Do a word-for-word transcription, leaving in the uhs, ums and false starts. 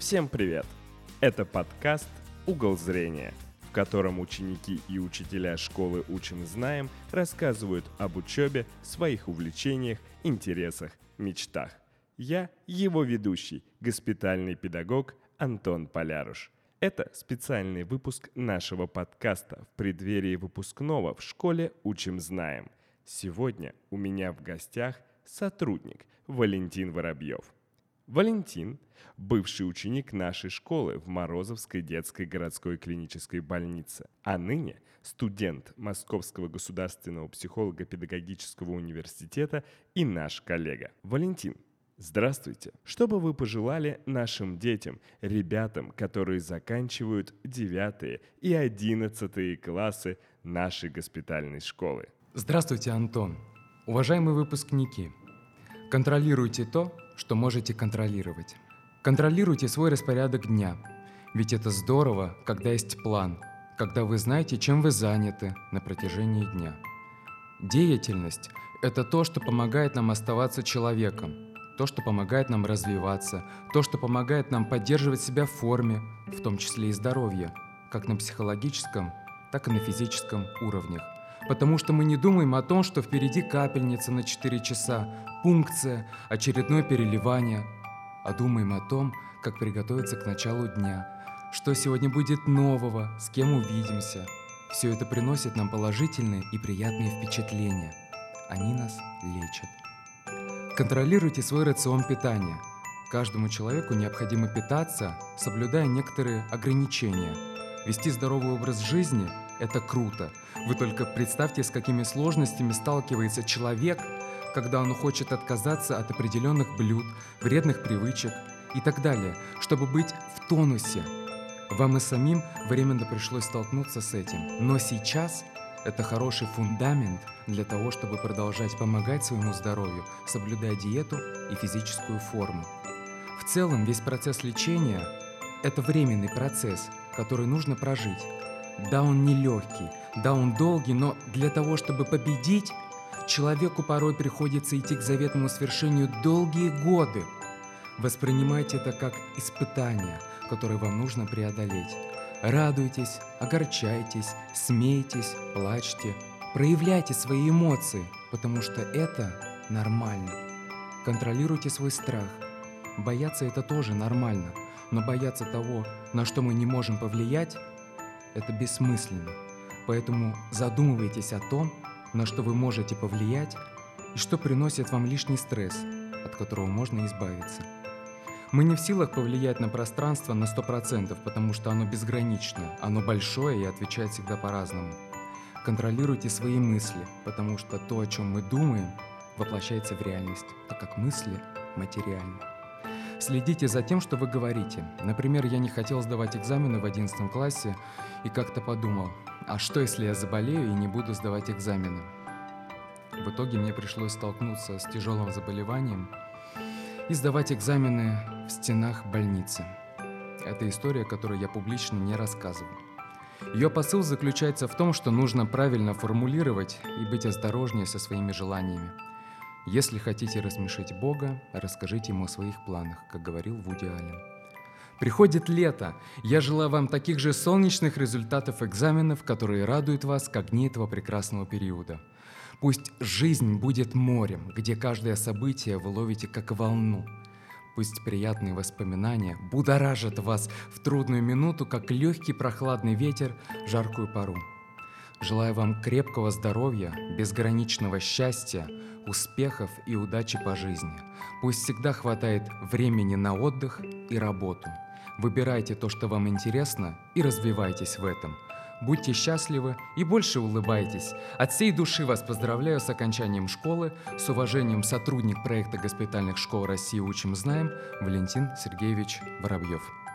Всем привет! Это подкаст «Угол зрения», в котором ученики и учителя школы «Учим, знаем» рассказывают об учебе, своих увлечениях, интересах, мечтах. Я его ведущий, госпитальный педагог Антон Поляруш. Это специальный выпуск нашего подкаста в преддверии выпускного в школе «Учим, знаем». Сегодня у меня в гостях сотрудник Валентин Воробьев. Валентин – бывший ученик нашей школы в Морозовской детской городской клинической больнице, а ныне студент Московского государственного психолого-педагогического университета и наш коллега. Валентин, здравствуйте! Что бы вы пожелали нашим детям, ребятам, которые заканчивают девятые и одиннадцатые классы нашей госпитальной школы? Здравствуйте, Антон! Уважаемые выпускники! Контролируйте то, что можете контролировать. Контролируйте свой распорядок дня, ведь это здорово, когда есть план, когда вы знаете, чем вы заняты на протяжении дня. Деятельность – это то, что помогает нам оставаться человеком, то, что помогает нам развиваться, то, что помогает нам поддерживать себя в форме, в том числе и здоровье, как на психологическом, так и на физическом уровнях. Потому что мы не думаем о том, что впереди капельница на четыре часа, пункция, очередное переливание, а думаем о том, как приготовиться к началу дня, что сегодня будет нового, с кем увидимся. Все это приносит нам положительные и приятные впечатления. Они нас лечат. Контролируйте свой рацион питания. Каждому человеку необходимо питаться, соблюдая некоторые ограничения. Вести здоровый образ жизни – это круто. Вы только представьте, с какими сложностями сталкивается человек, когда он хочет отказаться от определенных блюд, вредных привычек и так далее, чтобы быть в тонусе. Вам и самим временно пришлось столкнуться с этим, но сейчас это хороший фундамент для того, чтобы продолжать помогать своему здоровью, соблюдая диету и физическую форму. В целом, весь процесс лечения – это временный процесс, который нужно прожить. Да, он нелегкий, да, он долгий, но для того, чтобы победить, человеку порой приходится идти к заветному свершению долгие годы. Воспринимайте это как испытание, которое вам нужно преодолеть. Радуйтесь, огорчайтесь, смейтесь, плачьте, проявляйте свои эмоции, потому что это нормально. Контролируйте свой страх. Бояться – это тоже нормально, но бояться того, на что мы не можем повлиять, это бессмысленно. Поэтому задумывайтесь о том, на что вы можете повлиять и что приносит вам лишний стресс, от которого можно избавиться. Мы не в силах повлиять на пространство на сто процентов, потому что оно безгранично, оно большое и отвечает всегда по-разному. Контролируйте свои мысли, потому что то, о чем мы думаем, воплощается в реальность, так как мысли материальны. Следите за тем, что вы говорите. Например, я не хотел сдавать экзамены в одиннадцатом классе и как-то подумал, а что, если я заболею и не буду сдавать экзамены? В итоге мне пришлось столкнуться с тяжелым заболеванием и сдавать экзамены в стенах больницы. Это история, которую я публично не рассказываю. Ее посыл заключается в том, что нужно правильно формулировать и быть осторожнее со своими желаниями. Если хотите рассмешить Бога, расскажите Ему о своих планах, как говорил Вуди Аллен. Приходит лето. Я желаю вам таких же солнечных результатов экзаменов, которые радуют вас, как дни этого прекрасного периода. Пусть жизнь будет морем, где каждое событие вы ловите как волну. Пусть приятные воспоминания будоражат вас в трудную минуту, как легкий прохладный ветер в жаркую пору. Желаю вам крепкого здоровья, безграничного счастья, успехов и удачи по жизни. Пусть всегда хватает времени на отдых и работу. Выбирайте то, что вам интересно, и развивайтесь в этом. Будьте счастливы и больше улыбайтесь. От всей души вас поздравляю с окончанием школы. С уважением, сотрудник проекта госпитальных школ России «Учим, знаем» Валентин Сергеевич Воробьев.